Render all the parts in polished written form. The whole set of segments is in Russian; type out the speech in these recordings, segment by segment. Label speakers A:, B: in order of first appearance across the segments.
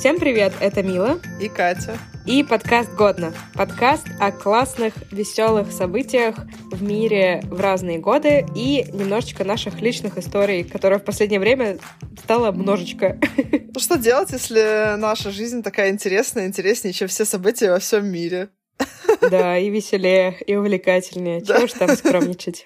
A: Всем привет, это Мила
B: и Катя.
A: И подкаст «Годно». Подкаст о классных, веселых событиях в мире в разные годы и немножечко наших личных историй, которые в последнее время стало множечко.
B: Ну что делать, если наша жизнь такая интересная, интереснее, чем все события во всем мире?
A: Да, и веселее, и увлекательнее. Чего уж там скромничать.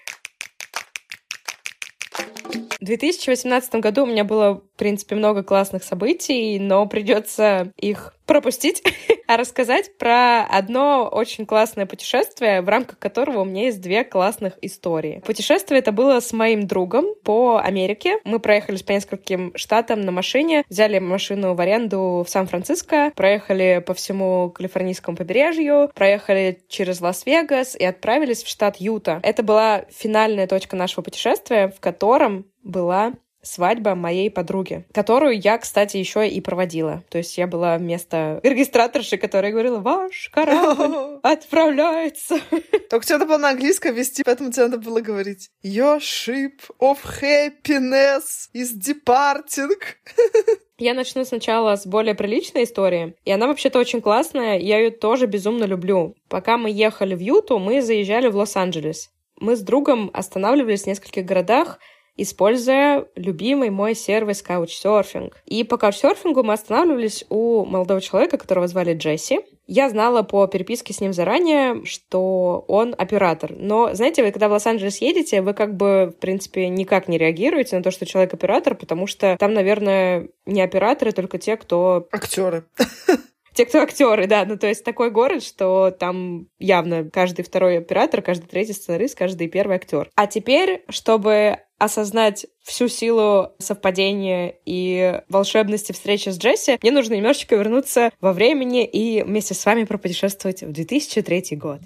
A: В 2018 году у меня было, в принципе, много классных событий, но придется их пропустить, а рассказать про одно очень классное путешествие, в рамках которого у меня есть две классных истории. Путешествие это было с моим другом по Америке. Мы проехались по нескольким штатам на машине, взяли машину в аренду в Сан-Франциско, проехали по всему калифорнийскому побережью, проехали через Лас-Вегас и отправились в штат Юта. Это была финальная точка нашего путешествия, в котором была свадьба моей подруги, которую я, кстати, еще и проводила. То есть я была вместо регистраторши, которая говорила: «Ваш корабль отправляется».
B: Только тебе надо было на английском вести, поэтому тебе надо было говорить «Your ship of happiness is departing».
A: Я начну сначала с более приличной истории, и она вообще-то очень классная, я ее тоже безумно люблю. Пока мы ехали в Юту, мы заезжали в Лос-Анджелес. Мы с другом останавливались в нескольких городах, используя любимый мой сервис Couchsurfing. И по Couchsurfing мы останавливались у молодого человека, которого звали Джесси. Я знала по переписке с ним заранее, что он оператор. Но, знаете, вы когда в Лос-Анджелес едете, вы как бы, в принципе, никак не реагируете на то, что человек оператор, потому что там, наверное, не операторы, только те, кто...
B: Актеры.
A: Те, кто актеры, да. Ну, то есть такой город, что там явно каждый второй оператор, каждый третий сценарист, каждый первый актер. А теперь, чтобы осознать всю силу совпадения и волшебности встречи с Джесси, мне нужно немножечко вернуться во времени и вместе с вами пропутешествовать в 2003 год.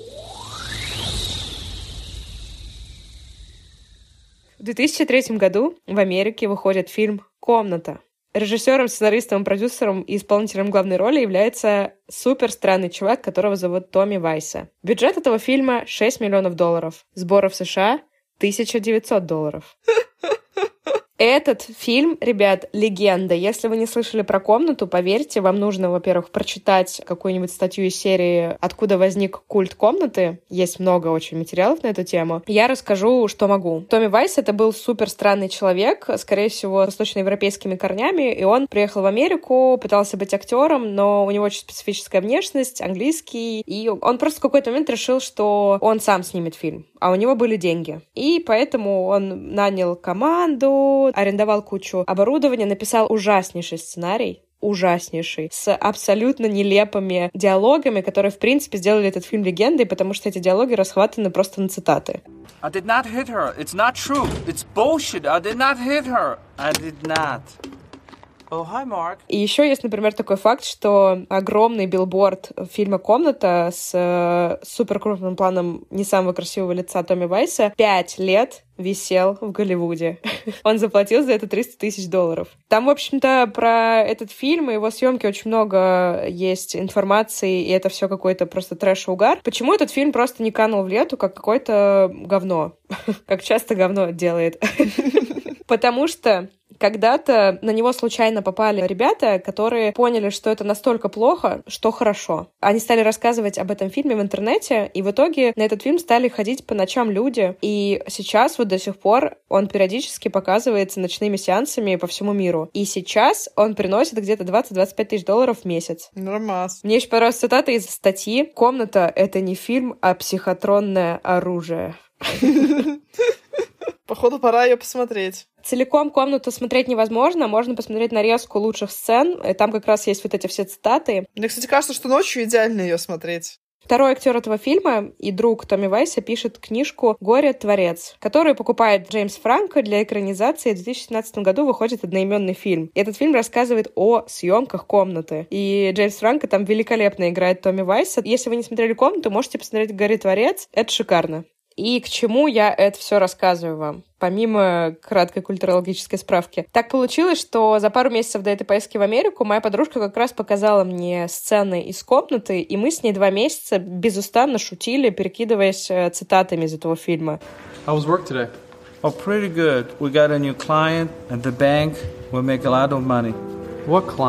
A: В 2003 году в Америке выходит фильм «Комната». Режиссером, сценаристом, продюсером и исполнителем главной роли является супер странный чувак, которого зовут Томми Вайса. Бюджет этого фильма $6 миллионов. Сборы в США $1900. Этот фильм, ребят, легенда. Если вы не слышали про «Комнату», поверьте, вам нужно, во-первых, прочитать какую-нибудь статью из серии «Откуда возник культ комнаты». Есть много очень материалов на эту тему. Я расскажу, что могу. Томми Вайс — это был супер странный человек, скорее всего, с восточноевропейскими корнями, и он приехал в Америку, пытался быть актером, но у него очень специфическая внешность, английский, и он просто в какой-то момент решил, что он сам снимет фильм, а у него были деньги. И поэтому он нанял команду, арендовал кучу оборудования, написал ужаснейший сценарий, с абсолютно нелепыми диалогами, которые, в принципе, сделали этот фильм легендой, потому что эти диалоги расхватаны просто на цитаты.
C: I did not hit her. It's not true. It's bullshit. I did not hit her. I did not. Oh, hi, Mark.
A: И еще есть, например, такой факт, что огромный билборд фильма «Комната» с суперкрупным планом не самого красивого лица Томми Вайса 5 лет висел в Голливуде. Он заплатил за это $300 000. Там, в общем-то, про этот фильм и его съемки очень много есть информации, и это все какой-то просто трэш и угар. Почему этот фильм просто не канул в лету, как какое-то говно? Как часто говно делает. Потому что когда-то на него случайно попали ребята, которые поняли, что это настолько плохо, что хорошо. Они стали рассказывать об этом фильме в интернете, и в итоге на этот фильм стали ходить по ночам люди. И сейчас вот до сих пор он периодически показывается ночными сеансами по всему миру. И сейчас он приносит где-то $20-25 тысяч в месяц.
B: Нормас.
A: Мне еще понравилась цитата из статьи: «Комната — это не фильм, а психотронное оружие».
B: Походу, пора ее посмотреть.
A: Целиком «Комнату» смотреть невозможно, можно посмотреть нарезку лучших сцен, и там как раз есть вот эти все цитаты.
B: Мне, кстати, кажется, что ночью идеально ее смотреть.
A: Второй актер этого фильма и друг Томми Вайса пишет книжку «Горе-творец», которую покупает Джеймс Франко для экранизации. В 2017 году выходит одноименный фильм. И этот фильм рассказывает о съемках «Комнаты». И Джеймс Франко там великолепно играет Томми Вайса. Если вы не смотрели «Комнату», можете посмотреть «Горе-творец». Это шикарно. И к чему я это все рассказываю вам, помимо краткой культурологической справки? Так получилось, что за пару месяцев до этой поездки в Америку моя подружка как раз показала мне сцены из «Комнаты», и мы с ней 2 месяца безустанно шутили, перекидываясь цитатами из этого фильма.
D: How was work today?
C: Oh, pretty good. We got a new client at the bank. We'll make a lot of money.
D: What client?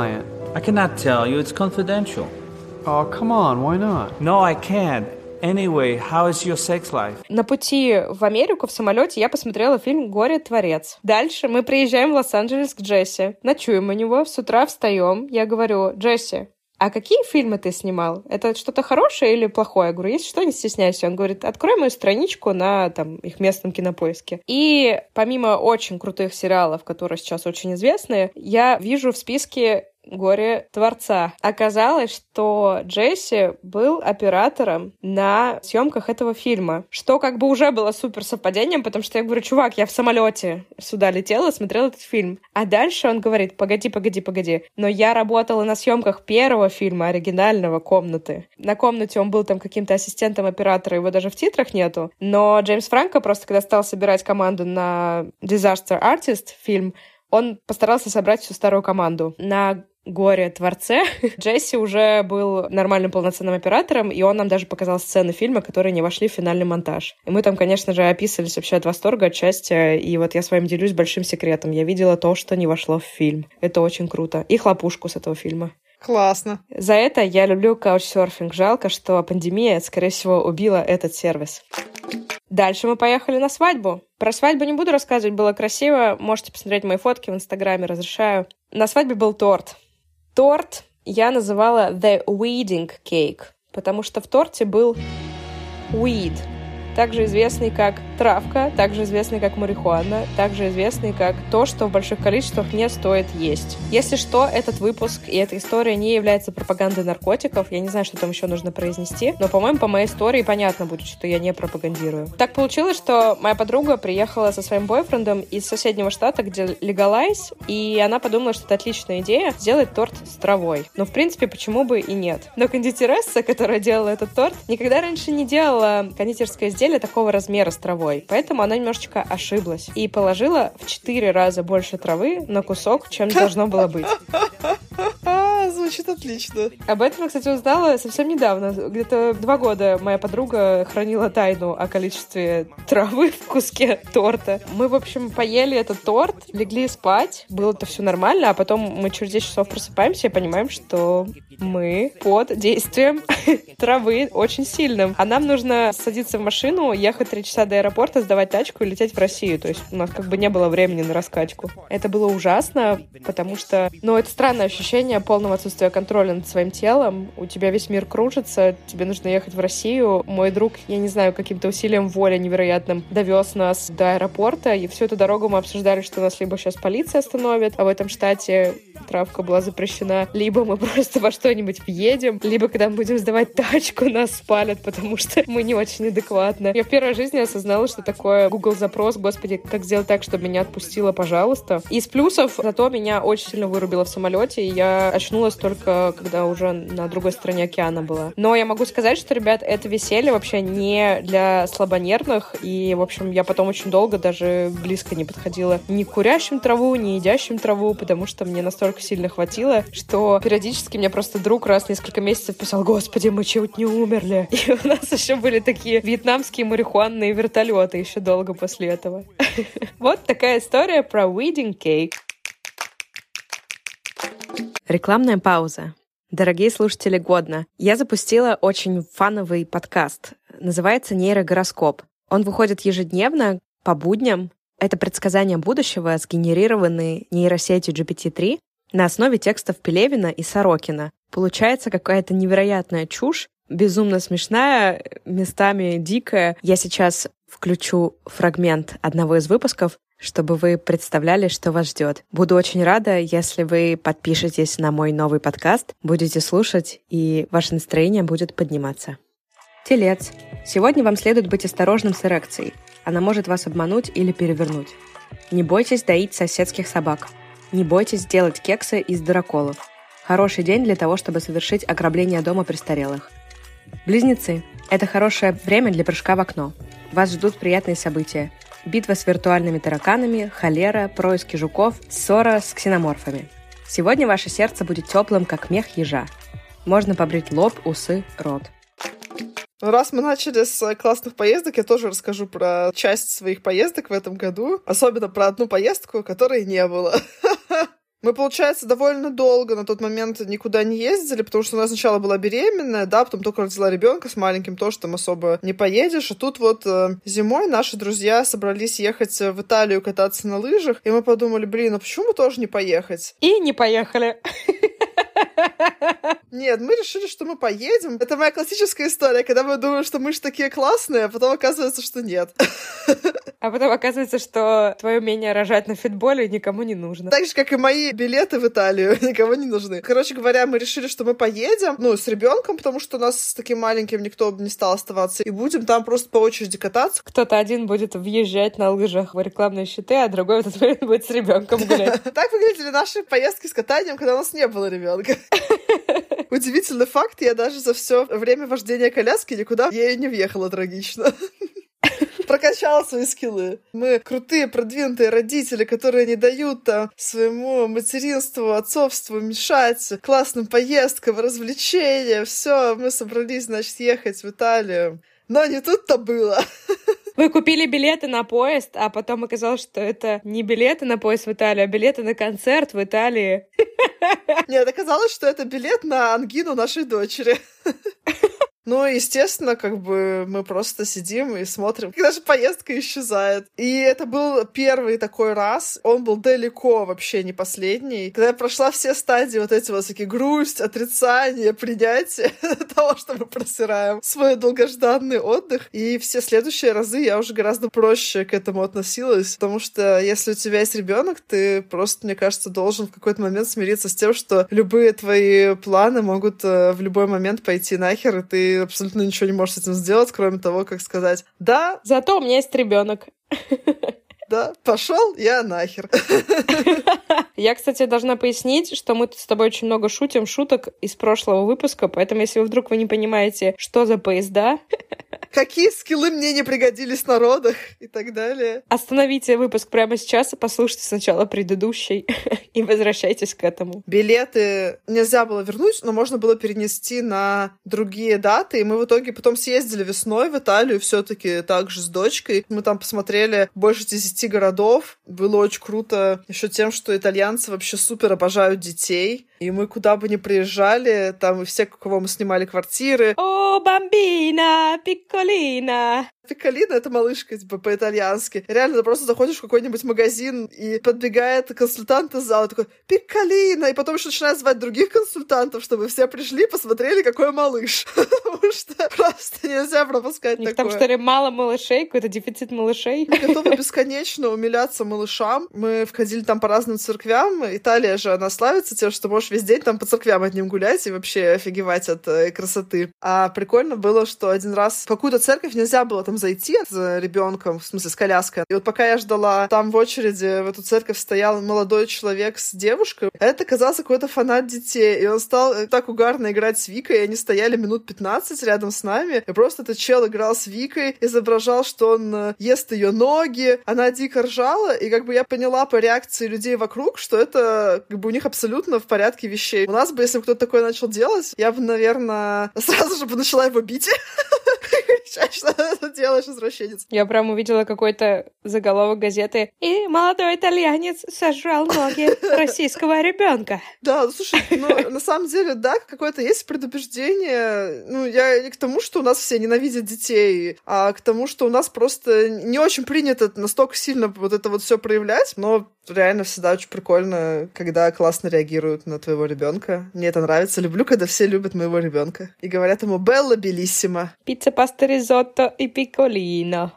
C: I cannot tell you. It's confidential.
D: Oh, come on, why not?
C: No, I can't. Anyway, how is your sex life?
A: На пути в Америку в самолете я посмотрела фильм «Горе-творец». Дальше мы приезжаем в Лос-Анджелес к Джесси. Ночуем у него, с утра встаем. Я говорю: Джесси, а какие фильмы ты снимал? Это что-то хорошее или плохое? Я говорю: если что, не стесняйся. Он говорит: открой мою страничку на их местном Кинопоиске. И помимо очень крутых сериалов, которые сейчас очень известны, я вижу в списке «Горе-творца». Оказалось, что Джесси был оператором на съемках этого фильма, что уже было супер совпадением, потому что я говорю: чувак, я в самолете сюда летела, смотрела этот фильм. А дальше он говорит: погоди, но я работала на съемках первого фильма, оригинального, «Комнаты». На «Комнате» он был там каким-то ассистентом оператора, его даже в титрах нету. Но Джеймс Франко просто, когда стал собирать команду на Disaster Artist фильм, он постарался собрать всю старую команду. На «Горе-творце» Джесси уже был нормальным полноценным оператором, и он нам даже показал сцены фильма, которые не вошли в финальный монтаж. И мы там, конечно же, описывались вообще от восторга, от счастья, и вот я с вами делюсь большим секретом. Я видела то, что не вошло в фильм. Это очень круто. И хлопушку с этого фильма.
B: Классно.
A: За это я люблю каучсерфинг. Жалко, что пандемия, скорее всего, убила этот сервис. Дальше мы поехали на свадьбу. Про свадьбу не буду рассказывать, было красиво. Можете посмотреть мои фотки в Инстаграме, разрешаю. На свадьбе был торт. Торт я называла The Wedding Cake, потому что в торте был weed, также известный как травка, также известный как марихуана, также известный как то, что в больших количествах не стоит есть. Если что, этот выпуск и эта история не является пропагандой наркотиков. Я не знаю, что там еще нужно произнести, но, по-моему, по моей истории понятно будет, что я не пропагандирую. Так получилось, что моя подруга приехала со своим бойфрендом из соседнего штата, где легалайз, и она подумала, что это отличная идея сделать торт с травой. Но, в принципе, почему бы и нет. Но кондитересса, которая делала этот торт, никогда раньше не делала кондитерское изделие такого размера с травой. Поэтому она немножечко ошиблась и положила в 4 раза больше травы на кусок, чем должно было быть.
B: Звучит отлично.
A: Об этом я, кстати, узнала совсем недавно. Где-то 2 года моя подруга хранила тайну о количестве травы в куске торта. Мы, в общем, поели этот торт, легли спать. Было-то все нормально, а потом мы через 10 часов просыпаемся и понимаем, что мы под действием травы очень сильным. А нам нужно садиться в машину, ехать 3 часа до аэропорта, сдавать тачку и лететь в Россию. То есть у нас не было времени на раскачку. Это было ужасно, потому что, это странное ощущение полного отсутствия контроля над своим телом. У тебя весь мир кружится, тебе нужно ехать в Россию. Мой друг, я не знаю, каким-то усилием воли невероятным довез нас до аэропорта, и всю эту дорогу мы обсуждали, что нас либо сейчас полиция остановит, а в этом штате травка была запрещена, либо мы просто во что-нибудь въедем, либо когда мы будем сдавать тачку, нас спалят, потому что мы не очень адекватны. Я в первой жизни осознала, что такое Google-запрос, господи, как сделать так, чтобы меня отпустило, пожалуйста. Из плюсов, зато меня очень сильно вырубило в самолете, и я очнулась только, когда уже на другой стороне океана была. Но я могу сказать, что, ребят, это веселье вообще не для слабонервных, и, в общем, я потом очень долго даже близко не подходила ни к курящим траву, ни едящим траву, потому что мне настолько сильно хватило, что периодически мне просто друг раз в несколько месяцев писал: «Господи, мы чуть не умерли». И у нас еще были такие вьетнамские марихуанные вертолеты еще долго после этого. Вот такая история про wedding cake. Рекламная пауза. Дорогие слушатели Годно, я запустила очень фановый подкаст. Называется «Нейрогороскоп». Он выходит ежедневно, по будням. Это предсказания будущего, сгенерированные нейросетью GPT-3 на основе текстов Пелевина и Сорокина. Получается какая-то невероятная чушь, безумно смешная, местами дикая. Я сейчас включу фрагмент одного из выпусков, чтобы вы представляли, что вас ждет. Буду очень рада, если вы подпишетесь на мой новый подкаст, будете слушать, и ваше настроение будет подниматься. Телец. Сегодня вам следует быть осторожным с эрекцией. Она может вас обмануть или перевернуть. Не бойтесь доить соседских собак. Не бойтесь делать кексы из дыроколов. Хороший день для того, чтобы совершить ограбление дома престарелых. Близнецы. Это хорошее время для прыжка в окно. Вас ждут приятные события. Битва с виртуальными тараканами, холера, происки жуков, ссора с ксеноморфами. Сегодня ваше сердце будет теплым, как мех ежа. Можно побрить лоб, усы, рот.
B: Раз мы начали с классных поездок, я тоже расскажу про часть своих поездок в этом году. Особенно про одну поездку, которой не было. Мы Мы, получается, довольно долго на тот момент никуда не ездили, потому что она сначала была беременная, да, потом только родила ребенка с маленьким, тоже там особо не поедешь. А тут вот зимой наши друзья собрались ехать в Италию кататься на лыжах, и мы подумали, блин, а почему бы тоже не поехать?
A: И не поехали.
B: Нет, мы решили, что мы поедем. Это моя классическая история, когда мы думаем, что мы же такие классные, а потом оказывается, что нет.
A: А потом оказывается, что твое умение рожать на фитболе никому не нужно.
B: Так же, как и мои билеты в Италию, никому не нужны. Короче говоря, мы решили, что мы поедем, с ребенком, потому что у нас с таким маленьким никто бы не стал оставаться, и будем там просто по очереди кататься.
A: Кто-то один будет въезжать на лыжах в рекламные щиты, а другой в этот момент будет с ребенком гулять.
B: Так выглядели наши поездки с катанием, когда у нас не было ребенка. Удивительный факт, я даже за все время вождения коляски никуда ею не въехала трагично. Прокачала свои скиллы. Мы крутые, продвинутые родители, которые не дают там своему материнству, отцовству мешать классным поездкам, развлечениям. Все, мы собрались, значит, ехать в Италию. Но не тут-то было.
A: Вы купили билеты на поезд, а потом оказалось, что это не билеты на поезд в Италию, а билеты на концерт в Италии.
B: Нет, оказалось, что это билет на ангину нашей дочери. Естественно, мы просто сидим и смотрим, когда же поездка исчезает. И это был первый такой раз. Он был далеко вообще не последний. Когда я прошла все стадии вот эти вот всякие грусть, отрицание, принятие того, что мы просираем свой долгожданный отдых. И все следующие разы я уже гораздо проще к этому относилась. Потому что если у тебя есть ребенок, ты просто, мне кажется, должен в какой-то момент смириться с тем, что любые твои планы могут в любой момент пойти нахер, и ты абсолютно ничего не можешь с этим сделать, кроме того, как сказать «да».
A: Зато у меня есть ребенок.
B: Да, пошел я нахер.
A: Я, кстати, должна пояснить, что мы тут с тобой очень много шутим шуток из прошлого выпуска, поэтому если вдруг вы не понимаете, что за поезда...
B: Какие скиллы мне не пригодились на родах и так далее.
A: Остановите выпуск прямо сейчас и послушайте сначала предыдущий и возвращайтесь к этому.
B: Билеты нельзя было вернуть, но можно было перенести на другие даты, и мы в итоге потом съездили весной в Италию все-таки также с дочкой. Мы там посмотрели больше 10 городов. Было очень круто еще тем, что итальянцы вообще супер обожают детей. И мы куда бы ни приезжали, там и все, у кого мы снимали квартиры.
A: О, бамбина, пикколина.
B: Пикколина — это малышка, по-итальянски. Реально, ты просто заходишь в какой-нибудь магазин, и подбегает консультант из зала, такой «Пикколина!» И потом еще начинает звать других консультантов, чтобы все пришли, посмотрели, какой малыш. Потому что просто нельзя пропускать такое.
A: Там, что ли, мало малышей, какой-то дефицит малышей?
B: Мы готовы бесконечно умиляться малышам. Мы входили там по разным церквям. Италия же, она славится тем, что можешь весь день там по церквям одним гулять и вообще офигевать от красоты. А прикольно было, что один раз в какую-то церковь нельзя было там зайти с ребенком, в смысле, с коляской. И вот пока я ждала, там в очереди в эту церковь стоял молодой человек с девушкой. Это оказался какой-то фанат детей. И он стал так угарно играть с Викой, и они стояли минут 15 рядом с нами. И просто этот чел играл с Викой, изображал, что он ест ее ноги. Она дико ржала, и я поняла по реакции людей вокруг, что это у них абсолютно в порядке вещей. У нас бы, если бы кто-то такое начал делать, я бы, наверное, сразу же начала его бить. Что ты делаешь, извращенец?
A: Я прям увидела какой-то заголовок газеты «И молодой итальянец сожрал ноги российского ребенка».
B: Да, слушай, на самом деле, да, какое-то есть предубеждение. Я не к тому, что у нас все ненавидят детей, а к тому, что у нас просто не очень принято настолько сильно вот это вот все проявлять, но реально всегда очень прикольно, когда классно реагируют на твоего ребенка. Мне это нравится. Люблю, когда все любят моего ребенка. И говорят ему «Белла белиссима».
A: Пицца, паста, ризотто и пикколино.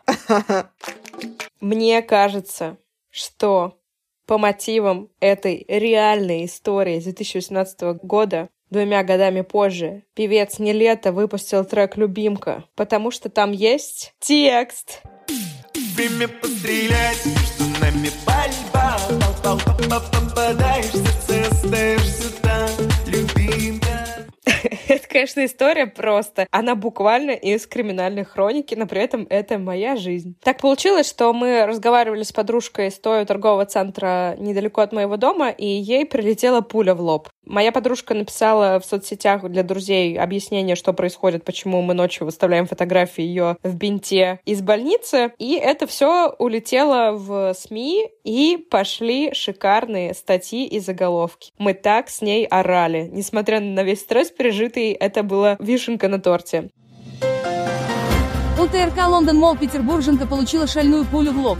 A: Мне кажется, что по мотивам этой реальной истории 2018 года 2 годами позже певец Нилетто выпустил трек «Любимка», потому что там есть текст.
E: Время пострелять, между нами пальба. Попадаешь в сердце, остаешься там, любимка.
A: Это, конечно, история просто. Она буквально из криминальной хроники, но при этом это моя жизнь. Так получилось, что мы разговаривали с подружкой, стоя у торгового центра недалеко от моего дома, и ей прилетела пуля в лоб. Моя подружка написала в соцсетях для друзей объяснение, что происходит, почему мы ночью выставляем фотографии ее в бинте из больницы. И это все улетело в СМИ, и пошли шикарные статьи и заголовки. Мы так с ней орали. Несмотря на весь стресс пережитый, это была вишенка на торте.
F: У ТРК Лондон Молл петербурженка получила шальную пулю в лоб.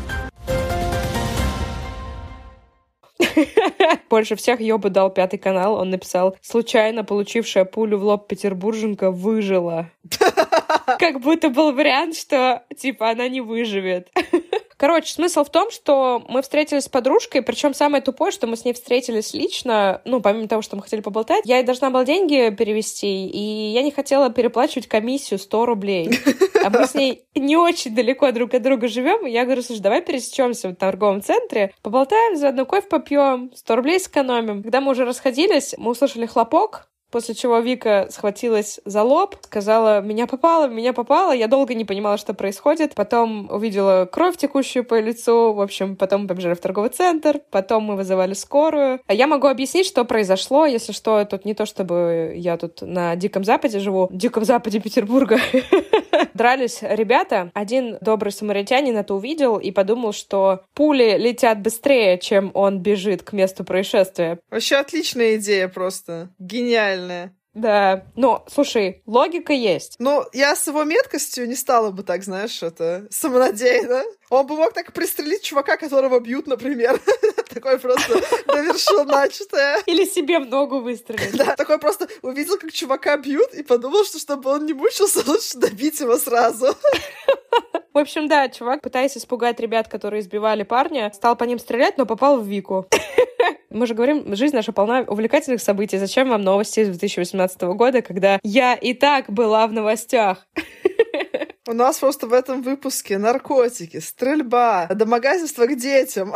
A: Больше всех ёбу дал Пятый канал. Он написал: случайно получившая пулю в лоб петербурженка выжила. Как будто был вариант, что, типа, она не выживет. Короче, смысл в том, что мы встретились с подружкой, причем самое тупое, что мы с ней встретились лично, помимо того, что мы хотели поболтать, я ей должна была деньги перевести, и я не хотела переплачивать комиссию 100 рублей. А мы с ней не очень далеко друг от друга живем, и я говорю: слушай, давай пересечемся в торговом центре, поболтаем, заодно кофе попьем, 100 рублей сэкономим. Когда мы уже расходились, мы услышали хлопок, после чего Вика схватилась за лоб, сказала: меня попало. Я долго не понимала, что происходит. Потом увидела кровь, текущую по лицу. В общем, потом мы побежали в торговый центр. Потом мы вызывали скорую. А я могу объяснить, что произошло. Если что, тут не то, чтобы я тут на Диком Западе живу. В Диком Западе Петербурга. Дрались ребята. Один добрый самаритянин это увидел и подумал, что пули летят быстрее, чем он бежит к месту происшествия.
B: Вообще отличная идея просто. Гениальная.
A: Да, но, слушай, логика есть.
B: Ну, я с его меткостью не стала бы так, знаешь, это самонадеянно. Он бы мог так пристрелить чувака, которого бьют, например. Такой просто довершил начатое.
A: Или себе в ногу выстрелить.
B: Да, такой просто увидел, как чувака бьют, и подумал, что чтобы он не мучился, лучше добить его сразу.
A: В общем, да, чувак, пытаясь испугать ребят, которые избивали парня, стал по ним стрелять, но попал в Вику. Мы же говорим, жизнь наша полна увлекательных событий. Зачем вам новости с 2018 года, когда я и так была в новостях?
B: У нас просто в этом выпуске наркотики, стрельба, домогательство к детям.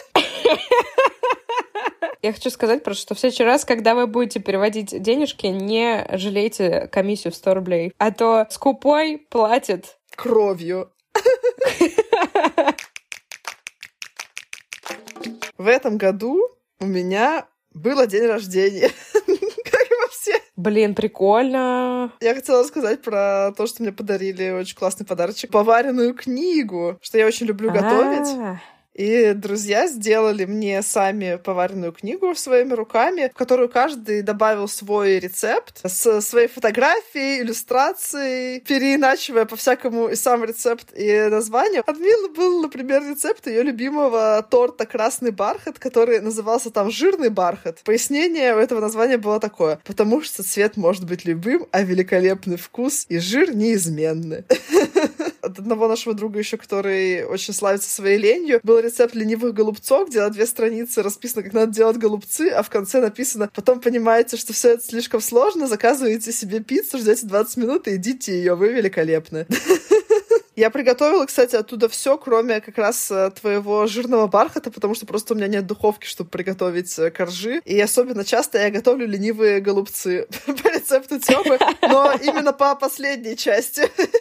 A: Я хочу сказать просто, что в следующий раз, когда вы будете переводить денежки, не жалейте комиссию в 100 рублей. А то скупой платит
B: кровью. В этом году у меня был день рождения. Как и во всех.
A: Блин, прикольно.
B: Я хотела рассказать про то, что мне подарили очень классный подарочек. Поваренную книгу, что я очень люблю готовить. И друзья сделали мне сами поваренную книгу своими руками, в которую каждый добавил свой рецепт с своей фотографией, иллюстрацией, переиначивая по-всякому и сам рецепт, и название. От Милы был, например, рецепт ее любимого торта «Красный бархат», который назывался там «Жирный бархат». Пояснение у этого названия было такое: потому что цвет может быть любым, а великолепный вкус и жир неизменны. От одного нашего друга еще, который очень славится своей ленью, был рецепт ленивых голубцов, где на 2 страницы расписано, как надо делать голубцы, а в конце написано: потом понимаете, что все это слишком сложно, заказываете себе пиццу, ждете 20 минут и едите ее, вы великолепны. Я приготовила, кстати, оттуда все, кроме как раз твоего жирного бархата, потому что просто у меня нет духовки, чтобы приготовить коржи. И особенно часто я готовлю ленивые голубцы по рецепту Тёмы, но именно по последней части.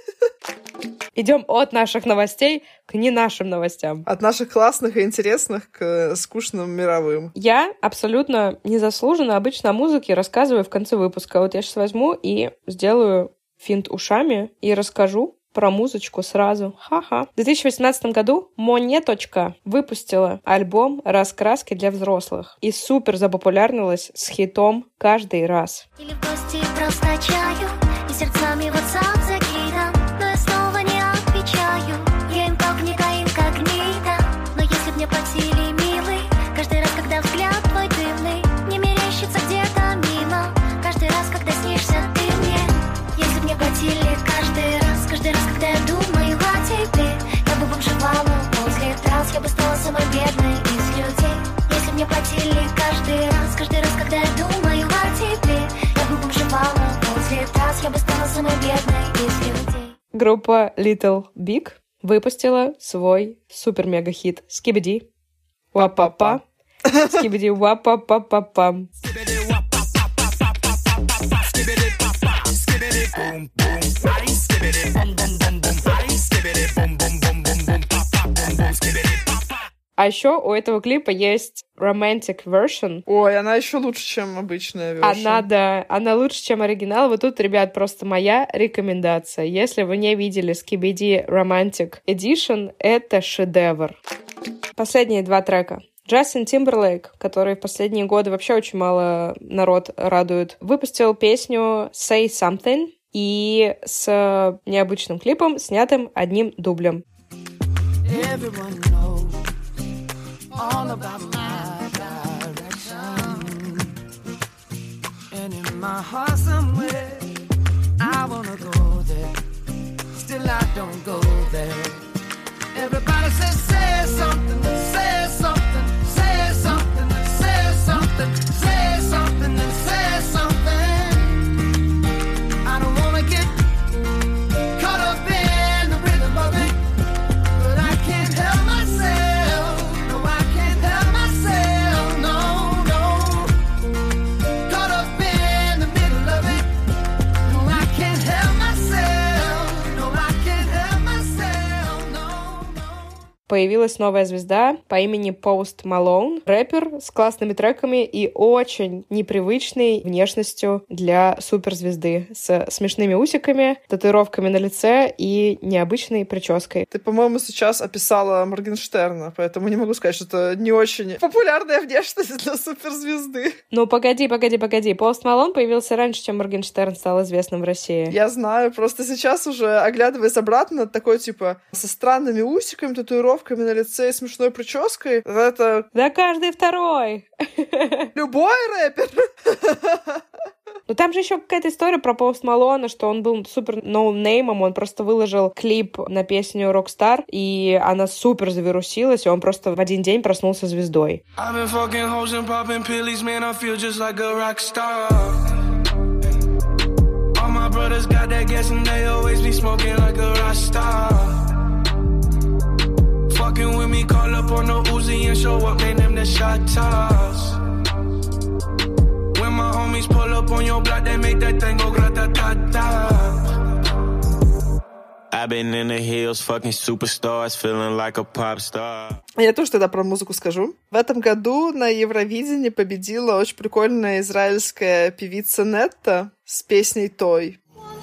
A: Идем от наших новостей к не нашим новостям.
B: От наших классных и интересных к скучным мировым.
A: Я абсолютно незаслуженно обычно о музыке рассказываю в конце выпуска. Вот я сейчас возьму и сделаю финт ушами и расскажу про музычку сразу. Ха-ха. В 2018 году Монеточка выпустила альбом «Раскраски для взрослых» и супер запопулярнилась с хитом «Каждый раз».
G: Или в гости просто чаю, и сердцами WhatsApp закидам, но я снова не отвечаю. Я инкогнито, но если б мне платили, милый, каждый раз, когда взгляд твой дымный не мерещится где-то мимо, каждый раз, когда снишься ты мне, если б мне платили каждый раз, когда я думаю о тебе, я бы бомжевала возле трасс, я бы стала самой бедной из людей. Если б мне платили каждый раз, когда я думаю о тебе, я бы бомжевала возле трасс, я бы стала самой бедной из людей.
A: Группа Little Big выпустила свой супер-мега-хит «Skibidi Wapapa». «Skibidi Wapapa-па-пам». А еще у этого клипа есть romantic version.
B: Ой, она еще лучше, чем обычная версия.
A: Она лучше, чем оригинал. Вот тут, ребят, просто моя рекомендация. Если вы не видели Skibidi Romantic Edition, это шедевр. Последние 2 трека. Джастин Тимберлейк, который в последние годы вообще очень мало народ радует, выпустил песню Say Something и с необычным клипом, снятым одним дублем.
E: Everyone knows all about my direction. And in my heart somewhere, I wanna go there. Still I don't go there. Everybody says, say something, say something, say something, say something, say something, and say something. I don't wanna get caught up in the rhythm of it, but I can't help myself. No, I can't help myself. No, no. Caught up in the middle of it. No, I can't help myself. No, I can't help myself. No, no.
A: Появилась новая звезда по имени Post Malone, рэпер с классными треками и очень непривычной внешностью для суперзвезды, с смешными усиками, татуировками на лице и необычной прической.
B: Ты, по-моему, сейчас описала Моргенштерна, поэтому не могу сказать, что это не очень популярная внешность для суперзвезды.
A: Ну, погоди. Post Malone появился раньше, чем Моргенштерн стал известным в России.
B: Я знаю, просто сейчас уже, оглядываясь обратно, такой, типа, со странными усиками, татуировками на лице и смешной прической, это...
A: Да каждый второй!
B: Любой рэпер!
A: Ну, там же еще какая-то история про Пост Малона, что он был супер ноунеймом, он просто выложил клип на песню Rockstar, и она супер завирусилась, и он просто в один день проснулся звездой.
E: I've been fucking hoes and popping pillies, man, I feel just like a rock star. All my brothers got that gas and they always be smoking like a rock star. Fucking with me, call up on the Uzi and show up, man, them the shot toss. When my homies pull up on your block, they make that thing go grata-ta-ta. I've been in the hills, fucking superstars, feeling like a pop star.
B: Я тоже тогда про музыку скажу. В этом году на Евровидении победила очень прикольная израильская певица Нетта с песней «Той».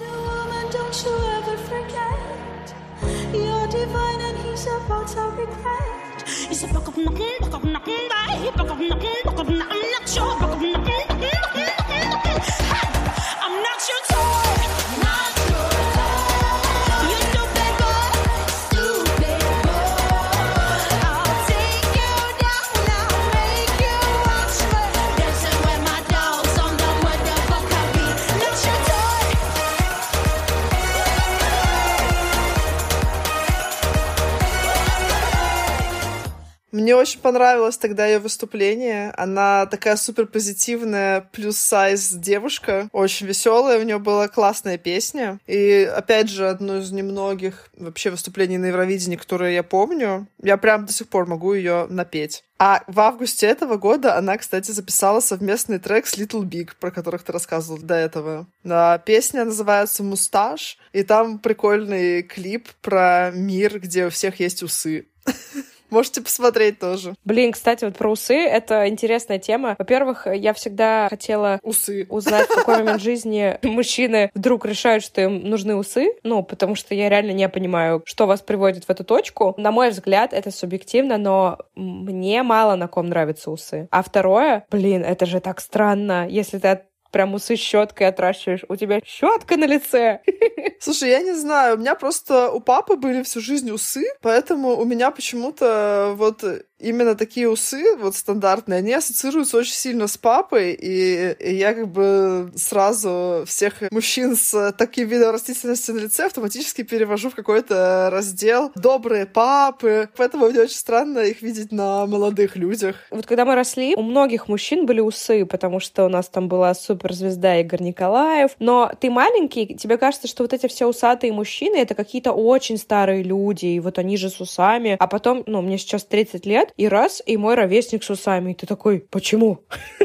B: Мне очень понравилось тогда ее выступление. Она такая супер позитивная, плюс-сайз девушка. Очень веселая. У нее была классная песня. И, опять же, одно из немногих вообще выступлений на Евровидении, которые я помню. Я прям до сих пор могу ее напеть. А в августе этого года она, кстати, записала совместный трек с Little Big, про которых ты рассказывал до этого. Песня называется «Мусташ», и там прикольный клип про мир, где у всех есть усы. Можете посмотреть тоже.
A: Блин, кстати, вот про усы — это интересная тема. Во-первых, я всегда хотела узнать, в какой момент жизни мужчины вдруг решают, что им нужны усы. Ну, потому что я реально не понимаю, что вас приводит в эту точку. На мой взгляд, это субъективно, но мне мало на ком нравятся усы. А второе, блин, это же так странно, если ты прям усы щеткой отращиваешь. У тебя щетка на лице.
B: Слушай, я не знаю, у меня просто у папы были всю жизнь усы, поэтому у меня почему-то вот именно такие усы, вот стандартные, они ассоциируются очень сильно с папой, и я как бы сразу всех мужчин с таким видом растительности на лице автоматически перевожу в какой-то раздел «добрые папы», поэтому мне очень странно их видеть на молодых людях.
A: Вот когда мы росли, у многих мужчин были усы, потому что у нас там была суперзвезда Игорь Николаев, но ты маленький, тебе кажется, что вот эти все усатые мужчины — это какие-то очень старые люди, и вот они же с усами, а потом, мне сейчас 30 лет, и мой ровесник с усами. И ты такой, почему?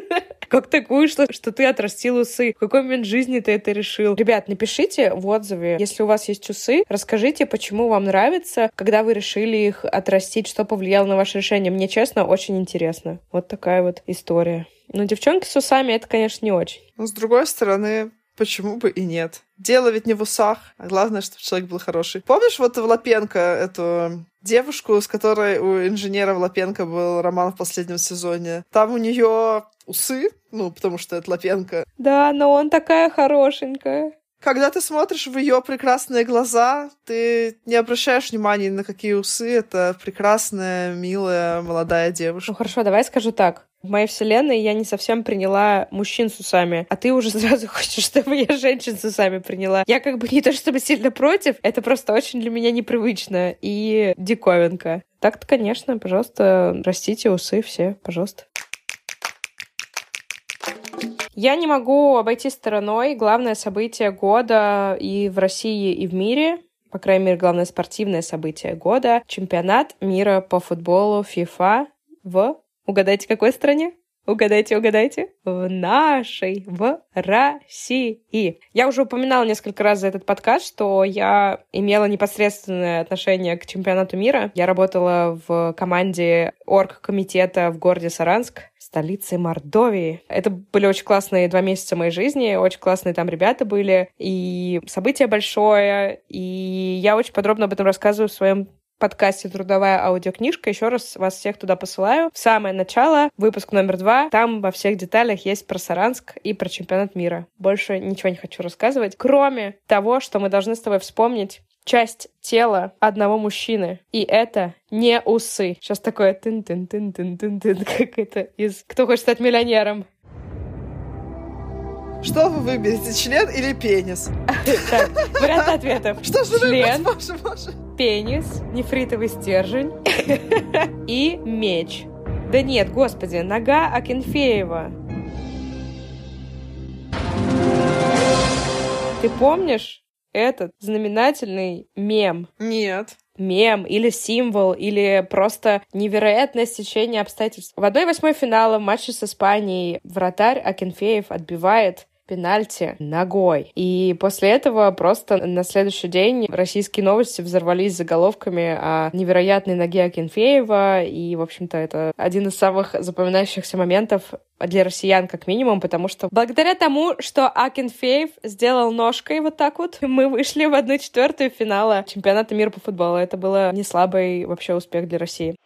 A: Как так вышло, что ты отрастил усы? В какой момент жизни ты это решил? Ребят, напишите в отзыве, если у вас есть усы, расскажите, почему вам нравится, когда вы решили их отрастить, что повлияло на ваше решение. Мне, честно, очень интересно. Вот такая вот история. Но девчонки с усами, это, конечно, не очень.
B: Но, с другой стороны, почему бы и нет? Дело ведь не в усах, а главное, чтобы человек был хороший. Помнишь вот в Лапенко эту девушку, с которой у инженера в Лапенко был роман в последнем сезоне? Там у нее усы, потому что это Лапенко.
A: Да, но он такая хорошенькая.
B: Когда ты смотришь в ее прекрасные глаза, ты не обращаешь внимания ни на какие усы. Это прекрасная, милая, молодая девушка.
A: Ну хорошо, давай скажу так. В моей вселенной я не совсем приняла мужчин с усами, а ты уже сразу хочешь, чтобы я женщин с усами приняла. Я как бы не то чтобы сильно против, это просто очень для меня непривычно и диковинка. Так-то, конечно, пожалуйста, растите усы все, пожалуйста. Я не могу обойти стороной главное событие года и в России, и в мире. По крайней мере, главное спортивное событие года. Чемпионат мира по футболу FIFA в... Угадайте, какой стране? Угадайте. В нашей, в России. Я уже упоминала несколько раз за этот подкаст, что я имела непосредственное отношение к чемпионату мира. Я работала в команде оргкомитета в городе Саранск, столице Мордовии. Это были очень классные 2 месяца моей жизни, очень классные там ребята были, и событие большое, и я очень подробно об этом рассказываю в своем подкасте «Трудовая аудиокнижка». Еще раз вас всех туда посылаю. В самое начало, выпуск номер 2. Там во всех деталях есть про Саранск и про чемпионат мира. Больше ничего не хочу рассказывать, кроме того, что мы должны с тобой вспомнить часть тела одного мужчины. И это не усы. Сейчас такое тын-тын-тын-тын-тын-тын, как это из «Кто хочет стать миллионером?».
B: Что вы выберете, член или пенис?
A: Так, варианты ответов.
B: Что же
A: член,
B: выбрать, боже?
A: Пенис, нефритовый стержень и меч. Да нет, господи, нога Акинфеева. Ты помнишь этот знаменательный мем?
B: Нет.
A: Мем или символ, или просто невероятное стечение обстоятельств. В 1/8 финала в матче с Испанией вратарь Акинфеев отбивает пенальти ногой. И после этого просто на следующий день российские новости взорвались заголовками о невероятной ноге Акинфеева. И, в общем-то, это один из самых запоминающихся моментов для россиян, как минимум, потому что благодаря тому, что Акинфеев сделал ножкой вот так вот, мы вышли в 1/4 финала чемпионата мира по футболу. Это было не слабый вообще успех для России.